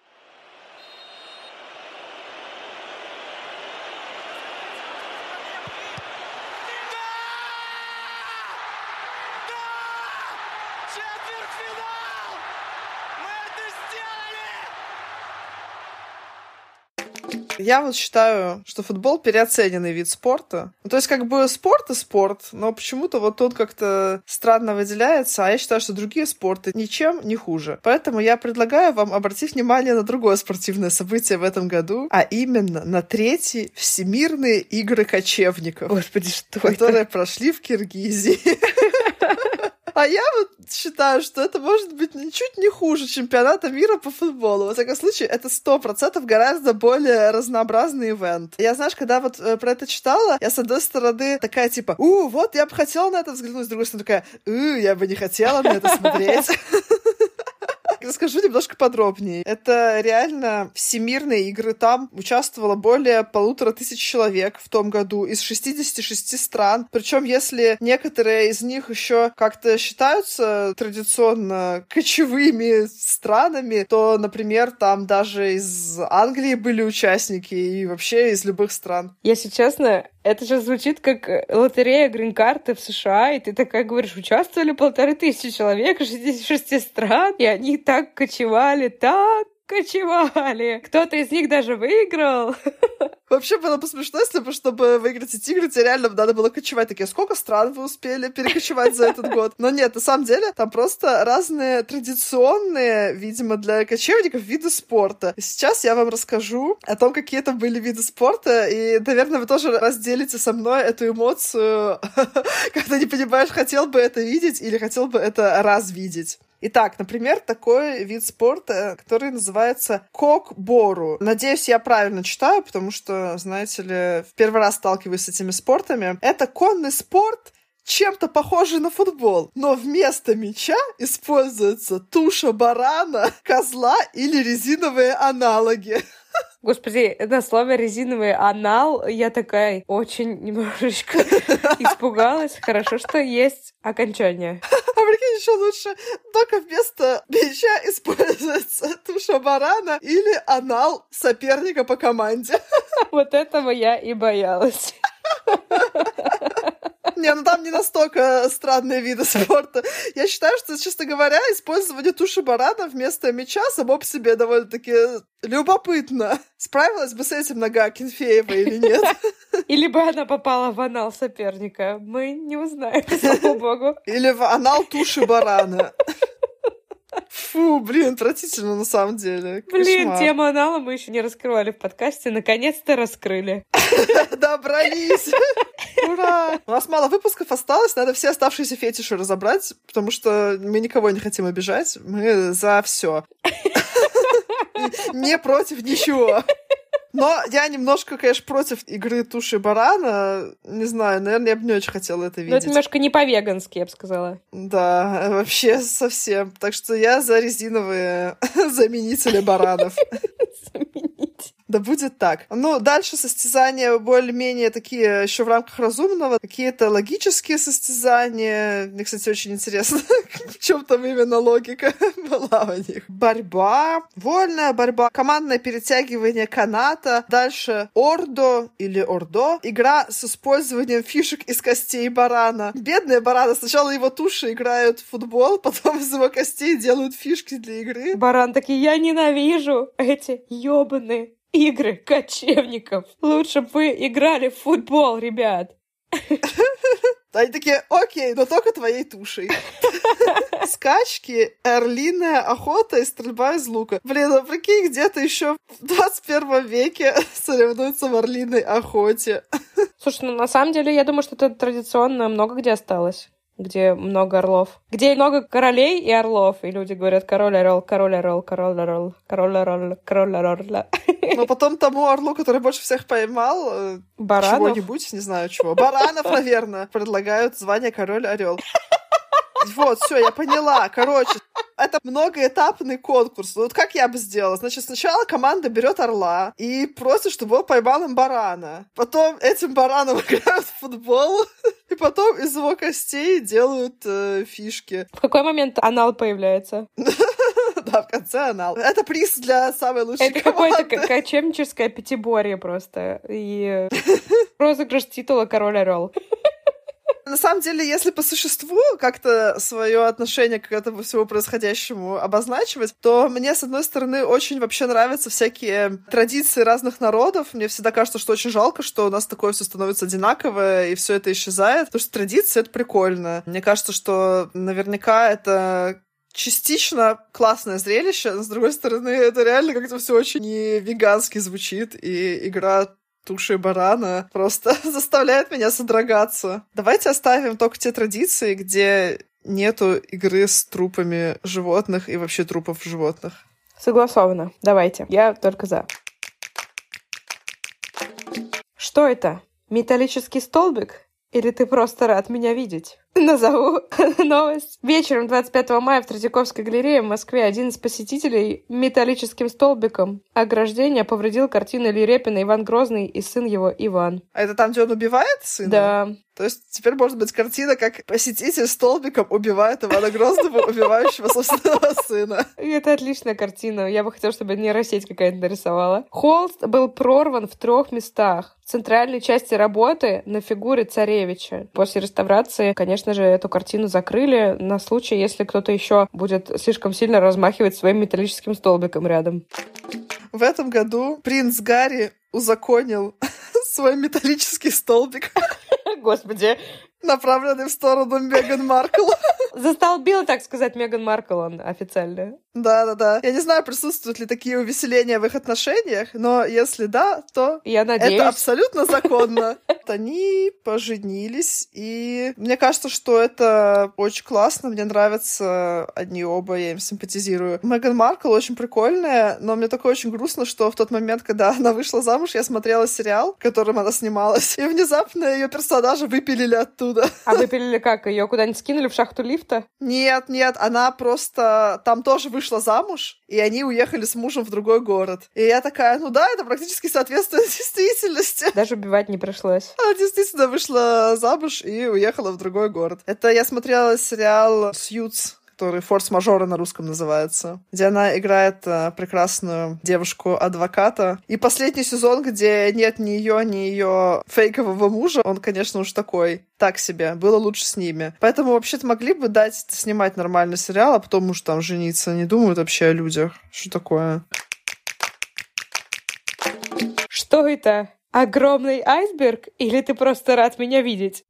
B: Я вот считаю, что футбол переоцененный вид спорта. То есть как бы спорт и спорт, но почему-то вот он как-то странно выделяется, а я считаю, что другие спорты ничем не хуже. Поэтому я предлагаю вам обратить внимание на другое спортивное событие в этом году, а именно на 3-й Всемирные игры кочевников.
A: Господи, что
B: которые
A: это?
B: прошли в Киргизии. А я вот считаю, что это может быть ничуть не хуже чемпионата мира по футболу. Во всяком случае, это 100% гораздо более разнообразный ивент. Я, знаешь, когда вот про это читала, я, с одной стороны, такая типа, вот, я бы хотела на это взглянуть, с другой стороны, такая, я бы не хотела на это смотреть. Расскажу немножко подробнее. Это реально всемирные игры. Там участвовало более 1500 человек в том году из 66 стран. Причем, если некоторые из них еще как-то считаются традиционно кочевыми странами, то, например, там даже из Англии были участники и вообще из любых стран.
A: Если честно, это же звучит как лотерея грин-карты в США, и ты такая говоришь, участвовали 1500 человек из 66 стран, и они так кочевали. Кто-то из них даже выиграл.
B: Вообще было бы смешно, если бы, чтобы выиграть эти игры, тебе реально надо было кочевать. Такие, сколько стран вы успели перекочевать за этот год? Но нет, на самом деле, там просто разные традиционные, видимо, для кочевников виды спорта. И сейчас я вам расскажу о том, какие это были виды спорта, и, наверное, вы тоже разделите со мной эту эмоцию, когда не понимаешь, хотел бы это видеть или хотел бы это раз видеть. Итак, например, такой вид спорта, который называется кокбору. Надеюсь, я правильно читаю, потому что, знаете ли, в первый раз сталкиваюсь с этими спортами. Это конный спорт, чем-то похожий на футбол, но вместо мяча используется туша барана, козла или резиновые аналоги.
A: Господи, на слове «резиновый анал» я такая очень немножечко испугалась. Хорошо, что есть окончание.
B: А прикинь, еще лучше, только вместо мяча используется туша барана или анал соперника по команде.
A: Вот этого я и боялась.
B: Не, ну там не настолько странные виды спорта. Я считаю, что, честно говоря, использование туши барана вместо мяча само по себе довольно-таки любопытно. Справилась бы с этим нога Кенфеева или нет?
A: Или бы она попала в анал соперника. Мы не узнаем, слава богу.
B: Или в анал туши барана. Фу, блин, отвратительно на самом деле.
A: Блин,
B: Кошмар.
A: тему анала мы еще не раскрывали в подкасте. Наконец-то раскрыли.
B: Добрались! Ура! У нас мало выпусков осталось, надо все оставшиеся фетиши разобрать, потому что мы никого не хотим обижать, мы за все. Не против ничего. Но я немножко, конечно, против игры туши барана. Не знаю, наверное, я бы не очень хотела это видеть.
A: Но это немножко не по-вегански, я бы сказала.
B: Да, вообще совсем. Так что я за резиновые заменители баранов. Да будет так. Ну, дальше состязания более-менее такие еще в рамках разумного. Какие-то логические состязания. Мне, кстати, очень интересно, в чем там именно логика была у них. Борьба, вольная борьба, командное перетягивание каната. Дальше ордо или ордо. Игра с использованием фишек из костей барана. Бедные бараны. Сначала его туши играют в футбол, потом из его костей делают фишки для игры.
A: Баран такие, я ненавижу эти ёбаные игры кочевников. Лучше бы вы играли в футбол, ребят.
B: Они такие, окей, но только твоей тушей. Скачки, орлиная охота и стрельба из лука. Блин, ну прикинь, где-то еще в 21 веке соревнуются в орлиной охоте.
A: Слушай, ну на самом деле, я думаю, что это традиционно много где осталось. Где много орлов. Где много королей и орлов. И люди говорят король-орел, король-орел, король-орел, король-орел, король-орел.
B: Но потом тому орлу, который больше всех поймал,
A: Баранов?
B: чего-нибудь, не знаю чего. Баранов, наверное, предлагают звание король-орел. Вот, все, я поняла. Короче, это многоэтапный конкурс. Вот как я бы сделала? Значит, сначала команда берет орла и просит, чтобы он поймал им барана. Потом этим бараном играют в футбол, и потом из его костей делают фишки.
A: В какой момент анал появляется?
B: Да, в конце анал. Это приз для самой лучшей
A: Это
B: команды.
A: какое-то кочевническое пятиборье просто. И розыгрыш титула король-орел.
B: На самом деле, если по существу как-то свое отношение к этому всему происходящему обозначивать, то мне, с одной стороны, очень вообще нравятся всякие традиции разных народов. Мне всегда кажется, что очень жалко, что у нас такое все становится одинаковое, и все это исчезает. Потому что традиции — это прикольно. Мне кажется, что наверняка это частично классное зрелище, но, с другой стороны, это реально как-то все очень не вегански звучит, и игра туши барана просто заставляет меня содрогаться. Давайте оставим только те традиции, где нету игры с трупами животных и вообще трупов животных.
A: Согласовано. Давайте. Я только за. Что это? Металлический столбик? Или ты просто рад меня видеть? Назову новость. Вечером 25 мая в Третьяковской галерее в Москве один из посетителей металлическим столбиком ограждения повредил картину Ильи Репина «Иван Грозный» и сын его Иван.
B: А это там, где он убивает сына?
A: Да.
B: То есть теперь может быть картина, как посетитель столбиком убивает Ивана Грозного, убивающего собственного сына.
A: И это отличная картина. Я бы хотела, чтобы нейросеть какая-то нарисовала. Холст был прорван в 3 местах. В центральной части работы на фигуре царевича. После реставрации, конечно же, эту картину закрыли на случай, если кто-то еще будет слишком сильно размахивать своим металлическим столбиком рядом.
B: В этом году принц Гарри узаконил свой металлический столбик,
A: Господи.
B: направленный в сторону Меган Маркл.
A: Застолбила, так сказать, Меган Маркл он официально.
B: Да. Я не знаю, присутствуют ли такие увеселения в их отношениях, но если да, то
A: Я надеюсь.
B: это абсолютно законно. Они поженились, и мне кажется, что это очень классно. Мне нравятся они оба, я им симпатизирую. Меган Маркл очень прикольная, но мне такое очень грустно, что в тот момент, когда она вышла замуж, я смотрела сериал, в котором она снималась, и внезапно ее персонажа выпилили оттуда.
A: А выпилили как? Ее куда-нибудь скинули в шахту лифта?
B: Нет, она просто там тоже вышла замуж, и они уехали с мужем в другой город. И я такая, ну да, это практически соответствует действительности.
A: Даже убивать не пришлось.
B: Она действительно вышла замуж и уехала в другой город. Это я смотрела сериал «Сьюз», который «Форс-мажоры» на русском называется, где она играет прекрасную девушку-адвоката. И последний сезон, где нет ни ее фейкового мужа, он, конечно, уж такой, так себе. Было лучше с ними. Поэтому вообще-то могли бы дать снимать нормальный сериал, а потом уж там жениться. Не думают вообще о людях. Что такое?
A: Что это? Огромный айсберг? Или ты просто рад меня видеть?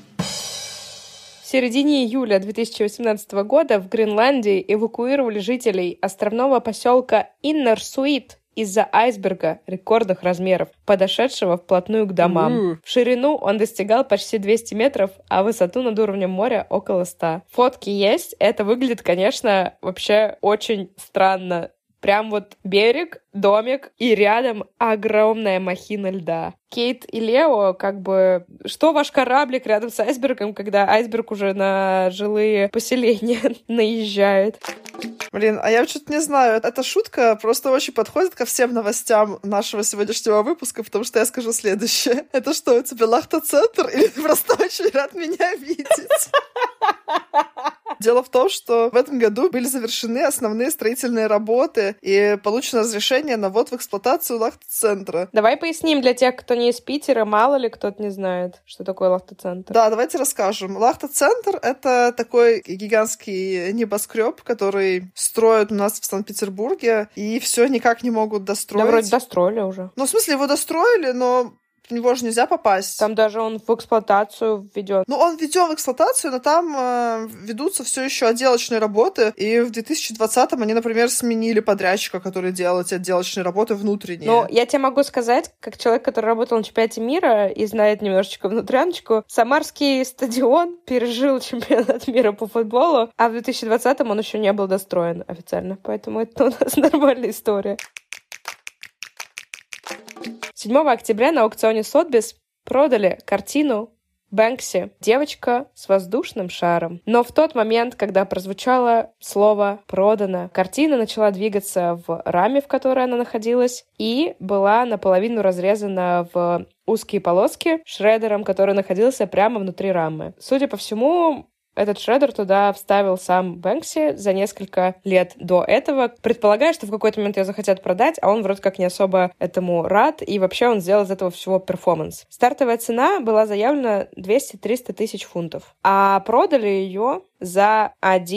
A: В середине июля 2018 года в Гренландии эвакуировали жителей островного поселка Иннерсуит из-за айсберга рекордных размеров, подошедшего вплотную к домам. В ширину он достигал почти 200 метров, а высоту над уровнем моря около 100. Фотки есть. Это выглядит, конечно, вообще очень странно. Прям вот берег, домик, и рядом огромная махина льда. Кейт и Лео, как бы, что ваш кораблик рядом с айсбергом, когда айсберг уже на жилые поселения наезжает?
B: Блин, а я что-то не знаю. Эта шутка просто очень подходит ко всем новостям нашего сегодняшнего выпуска, потому что я скажу следующее. Это что, у тебя лахта-центр? Или ты просто очень рад меня видеть? Дело в том, что в этом году были завершены основные строительные работы и получено разрешение на ввод в эксплуатацию лахта-центра.
A: Давай поясним для тех, кто не из Питера, мало ли кто-то не знает, что такое лахта-центр.
B: Да, давайте расскажем. Лахта-центр — это такой гигантский небоскреб, который строят у нас в Санкт-Петербурге, и все никак не могут достроить.
A: Да, вроде достроили уже.
B: Ну, в смысле, его достроили, но в него же нельзя попасть.
A: Там даже он в эксплуатацию введен.
B: Ну, он введен в эксплуатацию, но там ведутся все еще отделочные работы. И в 2020-м они, например, сменили подрядчика, который делал эти отделочные работы внутренние.
A: Ну, я тебе могу сказать, как человек, который работал на чемпионате мира и знает немножечко внутряночку, Самарский стадион пережил чемпионат мира по футболу, а в 2020-м он еще не был достроен официально. Поэтому это у нас нормальная история. 7 октября на аукционе Сотбис продали картину Бэнкси «Девочка с воздушным шаром». Но в тот момент, когда прозвучало слово «продано», картина начала двигаться в раме, в которой она находилась, и была наполовину разрезана в узкие полоски шредером, который находился прямо внутри рамы. Судя по всему, этот шредер туда вставил сам Бэнкси за несколько лет до этого. Предполагаю, что в какой-то момент ее захотят продать, а он вроде как не особо этому рад, и вообще он сделал из этого всего перформанс. Стартовая цена была заявлена 200-300 тысяч фунтов, а продали ее за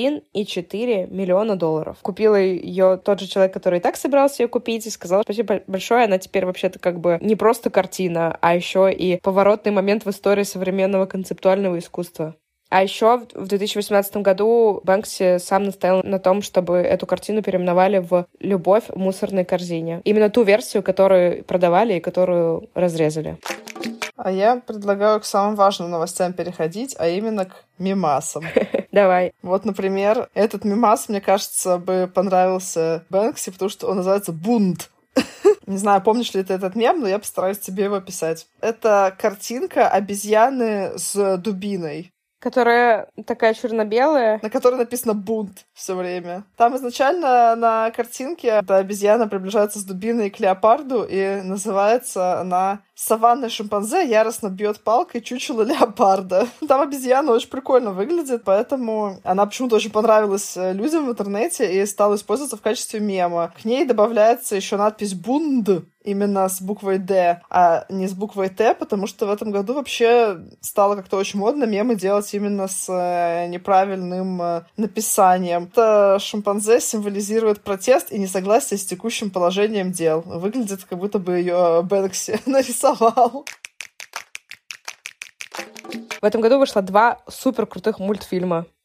A: 1,4 миллиона долларов. Купил ее тот же человек, который и так собирался ее купить, и сказал спасибо большое, она теперь вообще-то как бы не просто картина, а еще и поворотный момент в истории современного концептуального искусства. А еще в 2018 году Бэнкси сам настоял на том, чтобы эту картину переименовали в «Любовь в мусорной корзине». Именно ту версию, которую продавали и которую разрезали.
B: А я предлагаю к самым важным новостям переходить, а именно к мемасам.
A: Давай.
B: Вот, например, этот мемас, мне кажется, бы понравился Бэнкси, потому что он называется «Бунт». Не знаю, помнишь ли ты этот мем, но я постараюсь тебе его описать. Это картинка обезьяны с дубиной.
A: Которая такая черно-белая.
B: На которой написано «бунт» все время. Там изначально на картинке эта обезьяна приближается с дубиной к леопарду, и называется она «Саванный шимпанзе яростно бьет палкой чучело леопарда». Там обезьяна очень прикольно выглядит, поэтому она почему-то очень понравилась людям в интернете и стала использоваться в качестве мема. К ней добавляется еще надпись «Бунд», именно с буквой «Д», а не с буквой «Т», потому что в этом году вообще стало как-то очень модно мемы делать именно с неправильным написанием. Это шимпанзе символизирует протест и несогласие с текущим положением дел. Выглядит, как будто бы ее Бэнкси нарисовал.
A: В этом году вышло 2 супер крутых мультфильма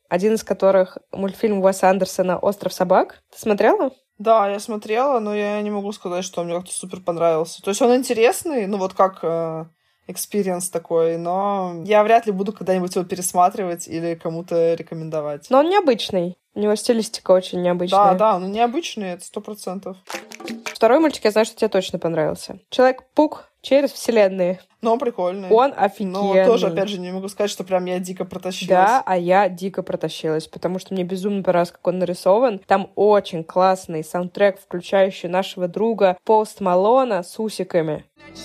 A: один из которых мультфильм Уэса Андерсона «Остров собак». Ты смотрела?
B: Да, я смотрела, но я не могу сказать, что мне как-то супер понравился. То есть он интересный, ну вот как экспириенс такой, но я вряд ли буду когда-нибудь его пересматривать или кому-то рекомендовать.
A: Но он необычный. У него стилистика очень необычная.
B: Да, он необычный, это 100%.
A: Второй мультик, я знаю, что тебе точно понравился. Человек-паук через вселенные.
B: Но он прикольный.
A: Он офигенный.
B: Но тоже, опять же, не могу сказать, что прям я дико протащилась.
A: Да, а я дико протащилась, потому что мне безумно понравилось, как он нарисован. Там очень классный саундтрек, включающий нашего друга Пост Малона с усиками.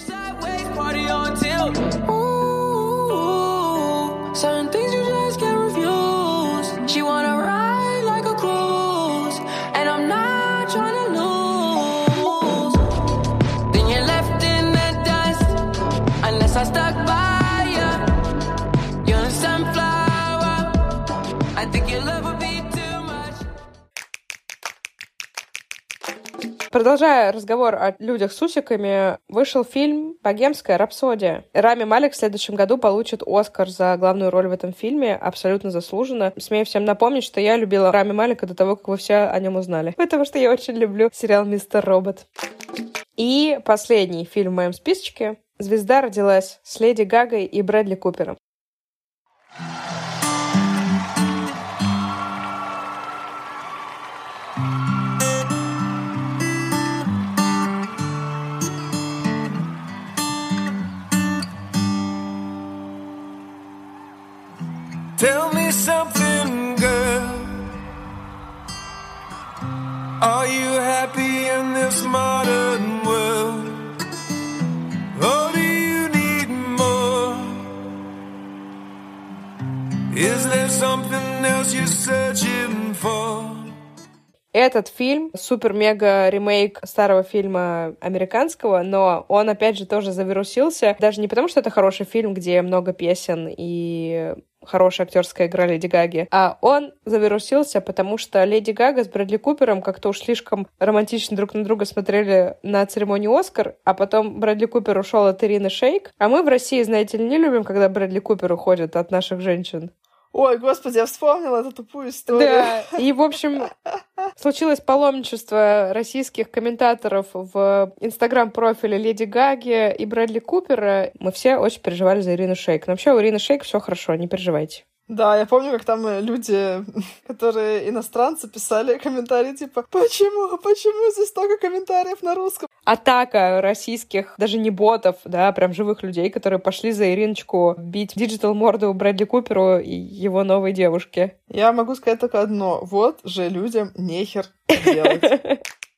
A: Продолжая разговор о людях с усиками, вышел фильм «Богемская рапсодия». Рами Малек в следующем году получит Оскар за главную роль в этом фильме, абсолютно заслуженно. Смею всем напомнить, что я любила Рами Малека до того, как вы все о нем узнали. Потому что я очень люблю сериал «Мистер Робот». И последний фильм в моем списочке. Звезда родилась с Леди Гагой и Брэдли Купером.
E: Tell me something, girl. Are you happy in this modern world? Or do you need more? Is there something else you're searching for?
A: Этот фильм супер-мега-ремейк старого фильма американского, но он, опять же, тоже завирусился. Даже не потому, что это хороший фильм, где много песен и хорошая актерская игра Леди Гаги, а он завирусился, потому что Леди Гага с Брэдли Купером как-то уж слишком романтично друг на друга смотрели на церемонии «Оскар», а потом Брэдли Купер ушел от Ирины Шейк. А мы в России, знаете ли, не любим, когда Брэдли Купер уходит от наших женщин.
B: Ой, господи, я вспомнила эту тупую историю.
A: Да, и, в общем, случилось паломничество российских комментаторов в инстаграм-профиле Леди Гаги и Брэдли Купера. Мы все очень переживали за Ирину Шейк. Но вообще у Ирины Шейк все хорошо, не переживайте.
B: Да, я помню, как там люди, которые иностранцы, писали комментарии типа «Почему здесь столько комментариев на русском?»
A: Атака российских, даже не ботов, да, прям живых людей, которые пошли за Ириночку бить диджитал-морду Брэдли Куперу и его новой девушке.
B: Я могу сказать только одно. Вот же людям нехер делать.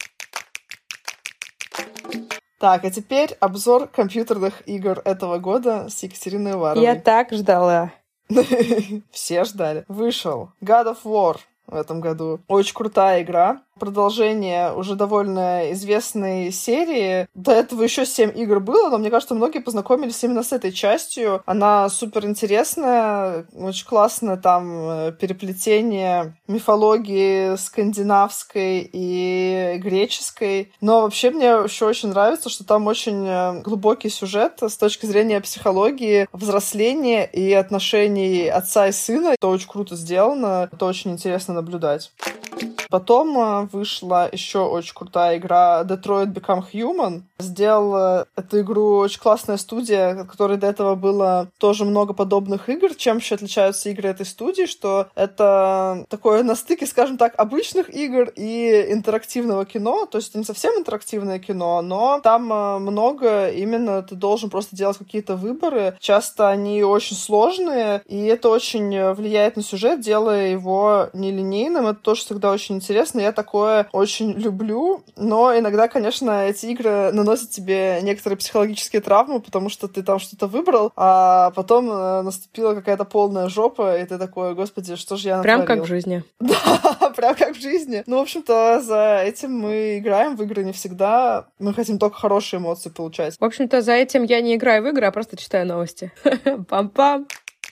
B: Так, а теперь обзор компьютерных игр этого года с Екатериной Уваровой.
A: Я так ждала.
B: Все ждали. Вышел God of War в этом году. Очень крутая игра. Продолжение уже довольно известной серии. До этого еще 7 игр было, но мне кажется, многие познакомились именно с этой частью. Она супер интересная, очень классное там переплетение мифологии скандинавской и греческой. Но вообще мне еще очень нравится, что там очень глубокий сюжет с точки зрения психологии, взросления и отношений отца и сына. Это очень круто сделано, это очень интересно наблюдать. Потом вышла еще очень крутая игра Detroit Become Human. Сделала эту игру очень классная студия, от которой до этого было тоже много подобных игр. Чем еще отличаются игры этой студии? Что это такое на стыке, скажем так, обычных игр и интерактивного кино. То есть это не совсем интерактивное кино, но там много именно ты должен просто делать какие-то выборы. Часто они очень сложные, и это очень влияет на сюжет, делая его нелинейным. Это тоже всегда очень интересно. Я такое очень люблю, но иногда, конечно, эти игры наносят тебе некоторые психологические травмы, потому что ты там что-то выбрал, а потом наступила какая-то полная жопа, и ты такой, господи, что же я натворил?
A: Прям как в жизни.
B: Да, прям как в жизни. Ну, в общем-то, за этим мы играем в игры не всегда. Мы хотим только хорошие эмоции получать.
A: В общем-то, за этим я не играю в игры, а просто читаю новости. Пам-пам.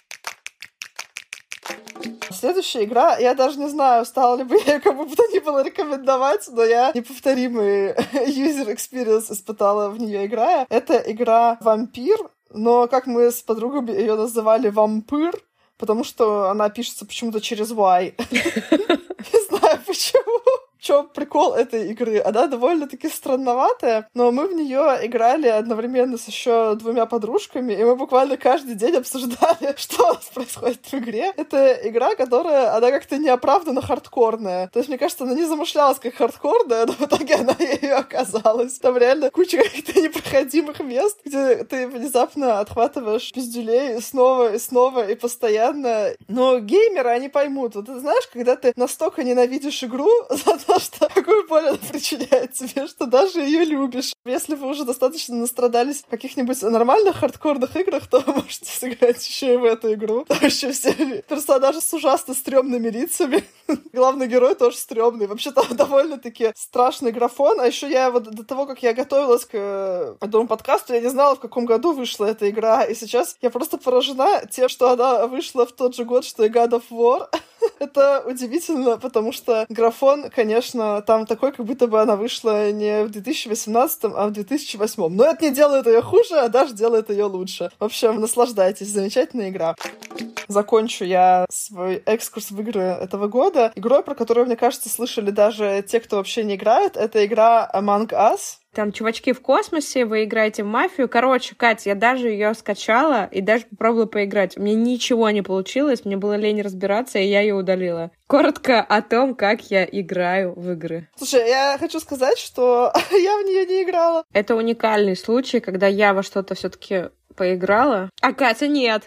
B: Следующая игра, я даже не знаю, стала ли бы я кому бы то ни было рекомендовать, но я неповторимый user experience испытала в нее играя. Это игра «Вампир», но как мы с подругами ее называли «Вампир», потому что она пишется почему-то через Y. Не знаю почему. В чем прикол этой игры? Она довольно-таки странноватая, но мы в нее играли одновременно с еще 2 подружками, и мы буквально каждый день обсуждали, что у нас происходит в игре. Это игра, которая, она как-то неоправданно хардкорная. То есть, мне кажется, она не замышлялась как хардкорная, но в итоге она ею оказалась. Там реально куча каких-то непроходимых мест, где ты внезапно отхватываешь пиздюлей снова и снова и постоянно. Но геймеры, они поймут. Вот ты знаешь, когда ты настолько ненавидишь игру за то, что какую боль она причиняет тебе, что даже ее любишь. Если вы уже достаточно настрадались в каких-нибудь нормальных хардкорных играх, то вы можете сыграть еще и в эту игру. Там еще все персонажи с ужасно стрёмными лицами. Главный герой тоже стрёмный. Вообще-то довольно-таки страшный графон. А еще я вот до того, как я готовилась к этому подкасту, я не знала, в каком году вышла эта игра. И сейчас я просто поражена тем, что она вышла в тот же год, что и God of War. Это удивительно, потому что графон, конечно, там такой, как будто бы она вышла не в 2018, а в 2008. Но это не делает ее хуже, а даже делает ее лучше. В общем, наслаждайтесь. Замечательная игра. Закончу я свой экскурс в игры этого года игрой, про которую, мне кажется, слышали даже те, кто вообще не играет. Это игра Among Us.
A: Там чувачки в космосе, вы играете в мафию. Короче, Катя, я даже ее скачала и даже попробовала поиграть. У меня ничего не получилось, мне было лень разбираться, и я ее удалила. Коротко о том, как я играю в игры.
B: Слушай, я хочу сказать, что я в нее не играла.
A: Это уникальный случай, когда я во что-то все-таки поиграла, а Катя нет.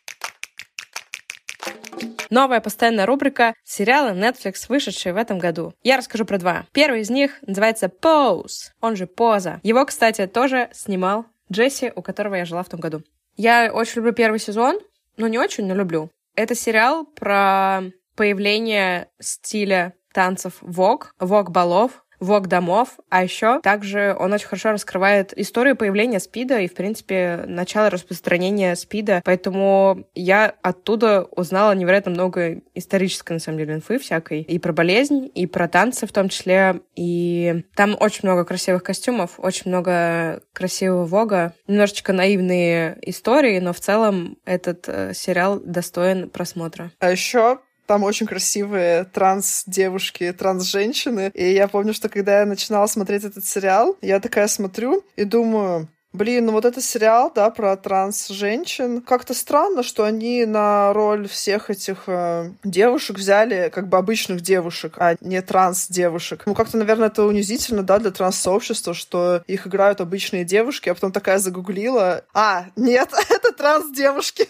A: Новая постоянная рубрика «Сериалы Netflix, вышедшие в этом году». Я расскажу про 2. Первый из них называется Pose, он же Поза. Его, кстати, тоже снимал Джесси, у которого я жила в том году. Я очень люблю первый сезон, но не очень, но люблю. Это сериал про появление стиля танцев Vogue, Vogue-балов, Vogue-домов, а еще также он очень хорошо раскрывает историю появления СПИДа и, в принципе, начало распространения СПИДа, поэтому я оттуда узнала невероятно много исторической, на самом деле, инфы всякой, и про болезнь, и про танцы в том числе, и там очень много красивых костюмов, очень много красивого Вога, немножечко наивные истории, но в целом этот сериал достоин просмотра.
B: А еще там очень красивые транс-девушки, транс-женщины. И я помню, что когда я начинала смотреть этот сериал, я такая смотрю и думаю, блин, ну вот этот сериал, да, про транс-женщин. Как-то странно, что они на роль всех этих девушек взяли как бы обычных девушек, а не транс-девушек. Ну как-то, наверное, это унизительно, да, для транс-сообщества, что их играют обычные девушки. Я потом такая загуглила. А, нет, это транс-девушки.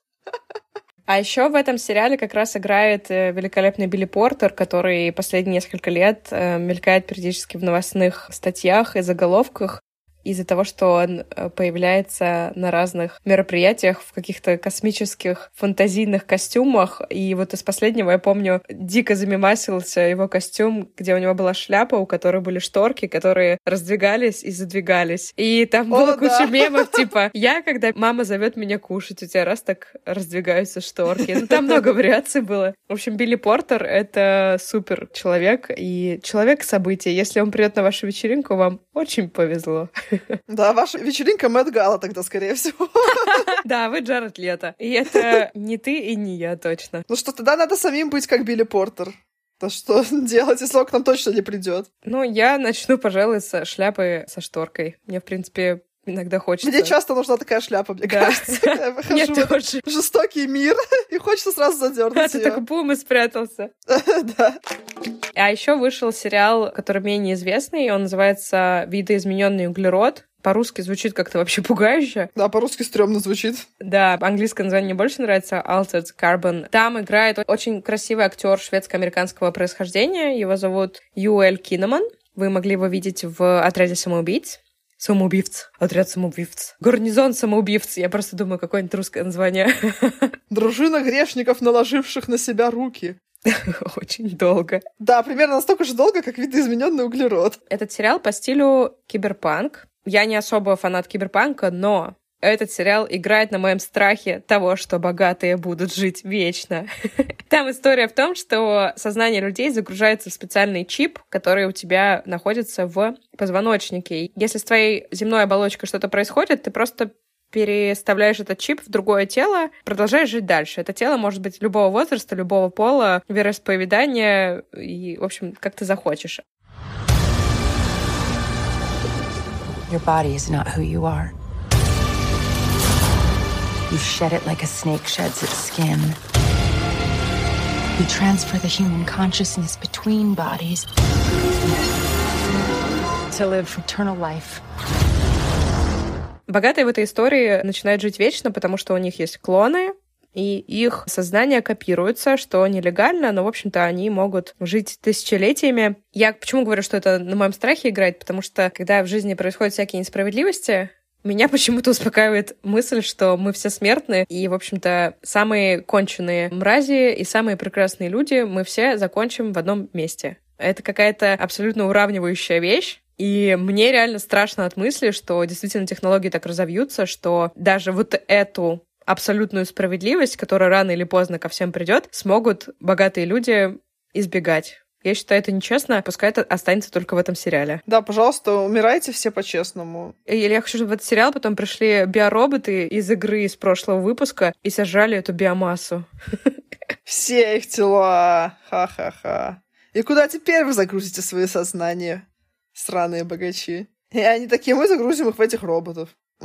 A: А еще в этом сериале как раз играет великолепный Билли Портер, который последние несколько лет мелькает периодически в новостных статьях и заголовках из-за того, что он появляется на разных мероприятиях в каких-то космических фантазийных костюмах. И вот из последнего, я помню, дико замемасился его костюм, где у него была шляпа, у которой были шторки, которые раздвигались и задвигались. И там была куча мемов, типа «Я, когда мама зовет меня кушать, у тебя раз так раздвигаются шторки». Ну, там много вариаций было. В общем, Билли Портер — это супер человек и человек-событие. Если он придет на вашу вечеринку, вам очень повезло.
B: Да, ваша вечеринка Мэтт Гала тогда, скорее всего.
A: Да, вы Джаред Лето. И это не ты и не я, точно.
B: Ну что, тогда надо самим быть как Билли Портер. То что делать, если он к нам точно не придет?
A: Ну, я начну, пожалуй, со шляпы со шторкой. Мне, в принципе, иногда хочется.
B: Мне часто нужна такая шляпа, мне кажется. Я выхожу в этот жестокий мир, и хочется сразу задернуть
A: её. Ты так бум и спрятался.
B: Да.
A: А еще вышел сериал, который менее известный, он называется «Видоизмененный углерод». По-русски звучит как-то вообще пугающе.
B: Да, по-русски стрёмно звучит.
A: Да, английское название мне больше нравится, Altered Carbon. Там играет очень красивый актер шведско-американского происхождения. Его зовут Юэль Киннеман. Вы могли его видеть в «Отряде самоубийц». Самоубивц. Отряд самоубивц. Гарнизон самоубивц. Я просто думаю, какое-нибудь русское название.
B: Дружина грешников, наложивших на себя руки.
A: Очень долго.
B: Да, примерно настолько же долго, как видоизмененный углерод.
A: Этот сериал по стилю киберпанк. Я не особо фанат киберпанка, но этот сериал играет на моем страхе того, что богатые будут жить вечно. Там история в том, что сознание людей загружается в специальный чип, который у тебя находится в позвоночнике. Если с твоей земной оболочкой что-то происходит, ты просто переставляешь этот чип в другое тело, продолжаешь жить дальше. Это тело может быть любого возраста, любого пола, вероисповедания и, в общем, как ты захочешь.
H: Your body is not who you are. You shed it like a snake sheds its skin. You transfer the human consciousness between bodies to live eternal life.
A: Богатые в этой истории начинают жить вечно, потому что у них есть клоны, и их сознание копируется, что нелегально, но, в общем-то, они могут жить тысячелетиями. Я почему говорю, что это на моем страхе играет? Потому что, когда в жизни происходят всякие несправедливости, меня почему-то успокаивает мысль, что мы все смертны, и, в общем-то, самые конченые мрази и самые прекрасные люди мы все закончим в одном месте. Это какая-то абсолютно уравнивающая вещь. И мне реально страшно от мысли, что действительно технологии так разовьются, что даже вот эту абсолютную справедливость, которая рано или поздно ко всем придет, смогут богатые люди избегать. Я считаю, это нечестно, пускай это останется только в этом сериале.
B: Да, пожалуйста, умирайте все по-честному.
A: Или я хочу, чтобы в этот сериал потом пришли биороботы из игры из прошлого выпуска и сожрали эту биомассу.
B: Все их тела. Ха-ха-ха. И куда теперь вы загрузите свои сознания? Сраные богачи. И они такие, мы загрузим их в этих роботов.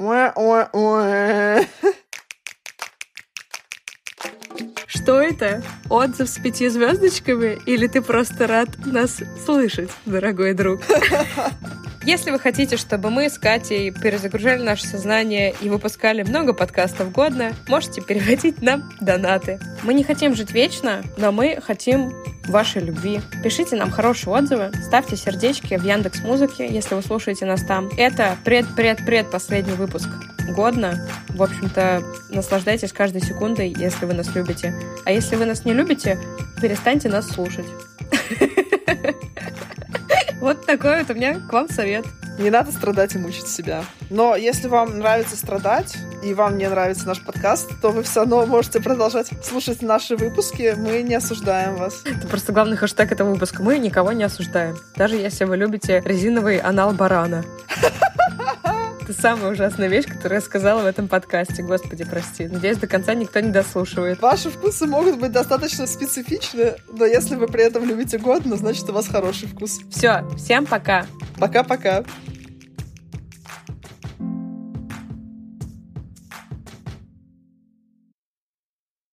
A: Что это? Отзыв с 5 звездочками? Или ты просто рад нас слышать, дорогой друг? Если вы хотите, чтобы мы с Катей перезагружали наше сознание и выпускали много подкастов годно, можете переводить нам донаты. Мы не хотим жить вечно, но мы хотим вашей любви. Пишите нам хорошие отзывы, ставьте сердечки в Яндекс.Музыке, если вы слушаете нас там. Это последний выпуск годно. В общем-то, наслаждайтесь каждой секундой, если вы нас любите. А если вы нас не любите, перестаньте нас слушать. Вот такой вот у меня к вам совет.
B: Не надо страдать и мучить себя. Но если вам нравится страдать, и вам не нравится наш подкаст, то вы все равно можете продолжать слушать наши выпуски. Мы не осуждаем вас.
A: Это просто главный хэштег этого выпуска. Мы никого не осуждаем. Даже если вы любите резиновый анал барана. Это самая ужасная вещь, которую я сказала в этом подкасте. Господи, прости. Надеюсь, до конца никто не дослушивает.
B: Ваши вкусы могут быть достаточно специфичны, но если вы при этом любите годно, значит, у вас хороший вкус.
A: Все, всем пока.
B: Пока-пока.